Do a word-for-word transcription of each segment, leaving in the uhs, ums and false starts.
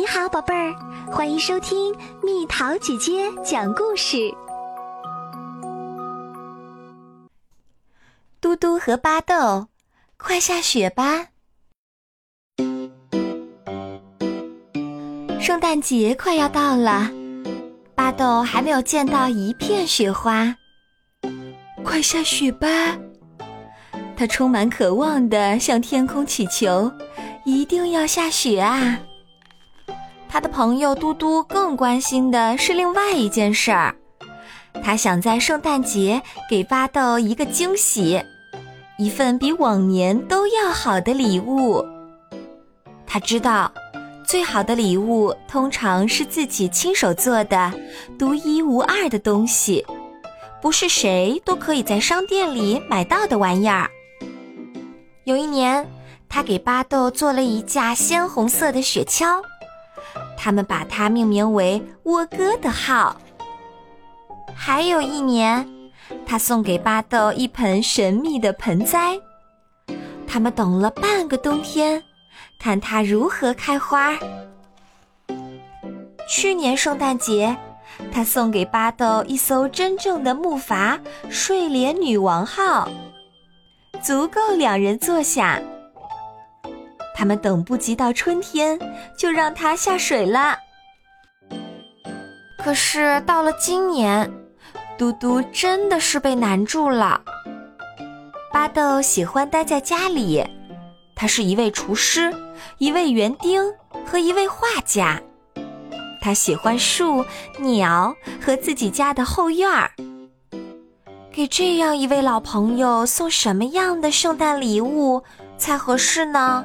你好，宝贝儿，欢迎收听蜜桃姐姐讲故事。 嘟嘟和巴豆，快下雪吧！圣诞节快要到了，巴豆还没有见到一片雪花。快下雪吧！他充满渴望地向天空祈求，一定要下雪啊！他的朋友嘟嘟更关心的是另外一件事儿，他想在圣诞节给巴豆一个惊喜，一份比往年都要好的礼物。他知道，最好的礼物通常是自己亲手做的，独一无二的东西，不是谁都可以在商店里买到的玩意儿。有一年，他给巴豆做了一架鲜红色的雪橇，他们把它命名为沃哥的号。还有一年，他送给巴豆一盆神秘的盆栽，他们等了半个冬天，看它如何开花。去年圣诞节，他送给巴豆一艘真正的木筏睡莲女王号，足够两人坐下。他们等不及到春天，就让它下水了。可是到了今年，嘟嘟真的是被难住了。巴豆喜欢待在家里，他是一位厨师，一位园丁和一位画家。他喜欢树、鸟和自己家的后院儿。给这样一位老朋友送什么样的圣诞礼物才合适呢？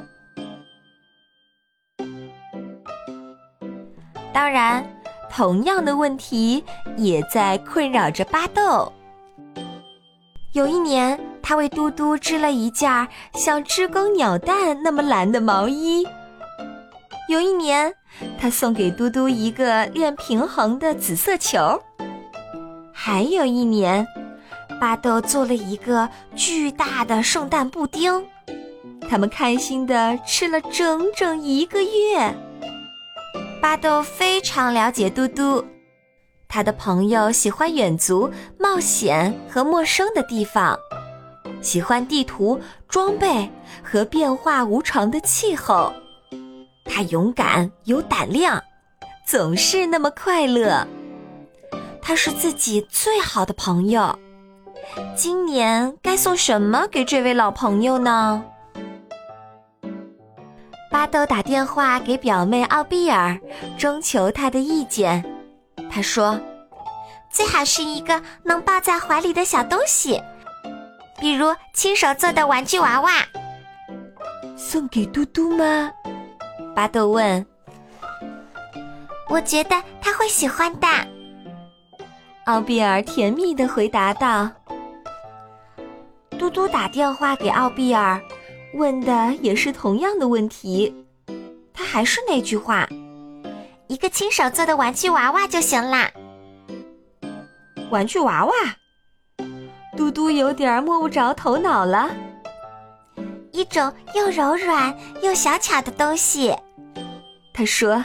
当然，同样的问题也在困扰着巴豆。有一年，他为嘟嘟织了一件像知更鸟蛋那么蓝的毛衣。有一年，他送给嘟嘟一个练平衡的紫色球。还有一年，巴豆做了一个巨大的圣诞布丁，他们开心地吃了整整一个月。巴豆非常了解嘟嘟，他的朋友喜欢远足、冒险和陌生的地方，喜欢地图、装备和变化无常的气候。他勇敢有胆量，总是那么快乐。他是自己最好的朋友。今年该送什么给这位老朋友呢？巴豆打电话给表妹奥比尔，征求她的意见。他说， 最好是一个能抱在怀里的小东西，比如亲手做的玩具娃娃。 送给嘟嘟吗？巴豆问。 我觉得他会喜欢的。 奥比尔甜蜜地回答道。嘟嘟打电话给奥比尔，问的也是同样的问题。他还是那句话， 一个亲手做的玩具娃娃就行啦。 玩具娃娃？嘟嘟有点摸不着头脑了。 一种又柔软又小巧的东西， 他说。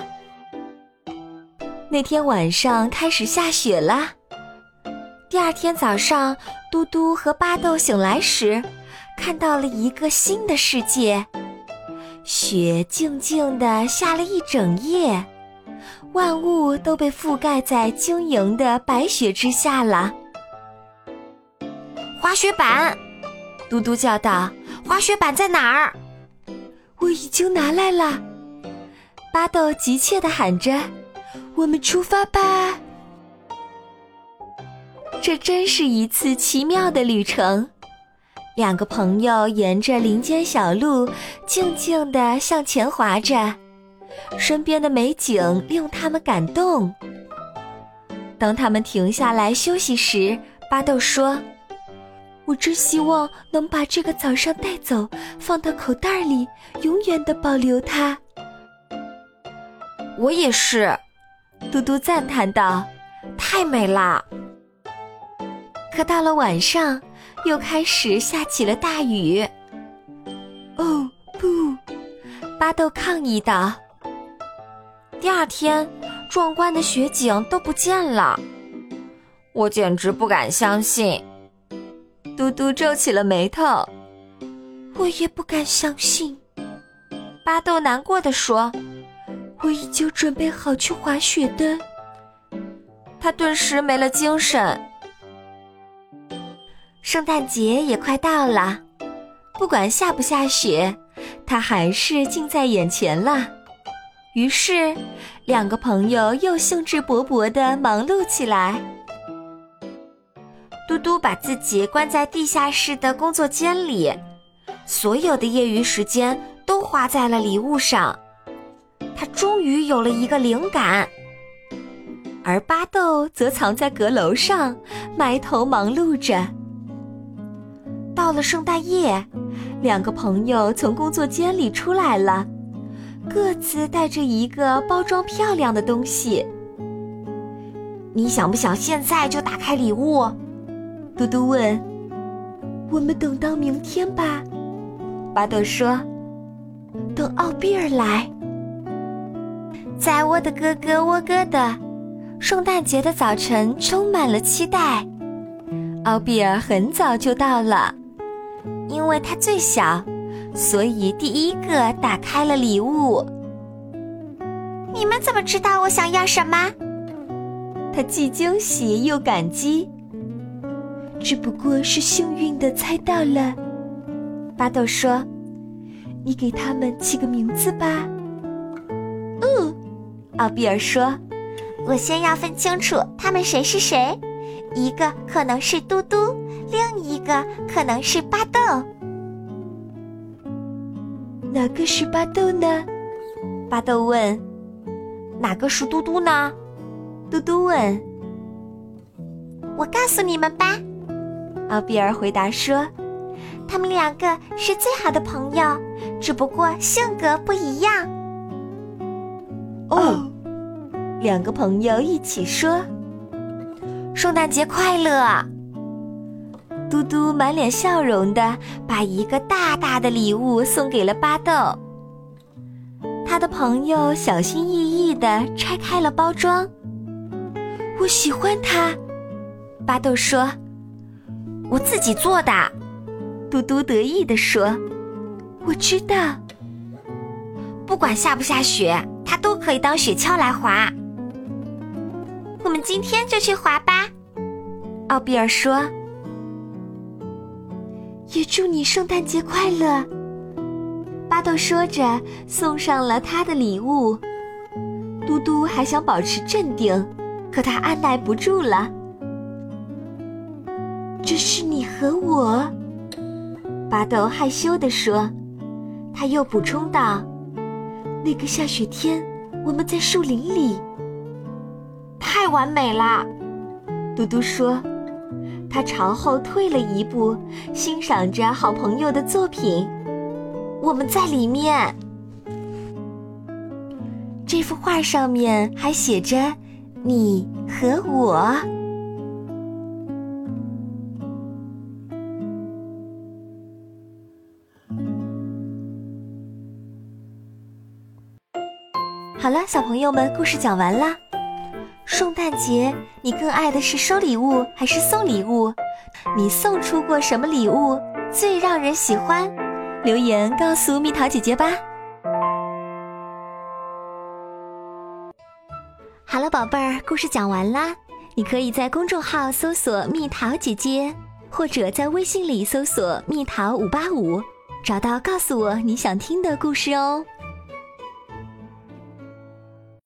那天晚上开始下雪了。第二天早上，嘟嘟和巴豆醒来时，看到了一个新的世界。雪静静地下了一整夜，万物都被覆盖在晶莹的白雪之下了。滑雪板！嘟嘟叫道，滑雪板在哪儿？我已经拿来了。巴豆急切地喊着，我们出发吧！这真是一次奇妙的旅程。两个朋友沿着林间小路静静地向前滑着，身边的美景令他们感动。当他们停下来休息时，巴豆说，我真希望能把这个早上带走，放到口袋里，永远地保留它。我也是，嘟嘟赞叹道，太美了。可到了晚上，又开始下起了大雨。哦，不！巴豆抗议道。 第二天，壮观的雪景都不见了，我简直不敢相信。嘟嘟皱起了眉头。我也不敢相信。巴豆难过地说，我已经准备好去滑雪的。他顿时没了精神。圣诞节也快到了，不管下不下雪，它还是近在眼前了。于是，两个朋友又兴致勃勃地忙碌起来。嘟嘟把自己关在地下室的工作间里，所有的业余时间都花在了礼物上。他终于有了一个灵感。而巴豆则藏在阁楼上，埋头忙碌着。到了圣诞夜，两个朋友从工作间里出来了，各自带着一个包装漂亮的东西。你想不想现在就打开礼物？嘟嘟问。我们等到明天吧，巴豆说。等奥比尔来。在我的咯咯窝咯的，圣诞节的早晨充满了期待。奥比尔很早就到了，因为他最小，所以第一个打开了礼物。 你们怎么知道我想要什么？ 他既惊喜又感激。只不过是幸运地猜到了，巴豆说。你给他们起个名字吧。 嗯， 奥比尔说。 我先要分清楚他们谁是谁，一个可能是嘟嘟，另一个可能是巴豆。 哪个是巴豆呢？巴豆问。哪个是嘟嘟呢？嘟嘟问。 我告诉你们吧， 奥比尔回答说。 他们两个是最好的朋友，只不过性格不一样。 哦，两个朋友一起说。圣诞节快乐！嘟嘟满脸笑容地把一个大大的礼物送给了巴豆。他的朋友小心翼翼地拆开了包装。我喜欢它，巴豆说。我自己做的，嘟嘟得意地说。我知道。不管下不下雪，它都可以当雪橇来滑。 我们今天就去滑吧， 奥比尔说。也祝你圣诞节快乐，巴豆说着送上了他的礼物。嘟嘟还想保持镇定，可他按耐不住了。这是你和我，巴豆害羞地说。他又补充道，那个下雪天我们在树林里。太完美了，嘟嘟说。他朝后退了一步，欣赏着好朋友的作品。我们在里面。这幅画上面还写着你和我。好了，小朋友们，故事讲完啦。圣诞节，你更爱的是收礼物还是送礼物？你送出过什么礼物最让人喜欢？留言告诉蜜桃姐姐吧。 好了，宝贝儿，故事讲完啦。你可以在公众号搜索蜜桃姐姐，或者在微信里搜索蜜桃五八五，找到告诉我你想听的故事哦。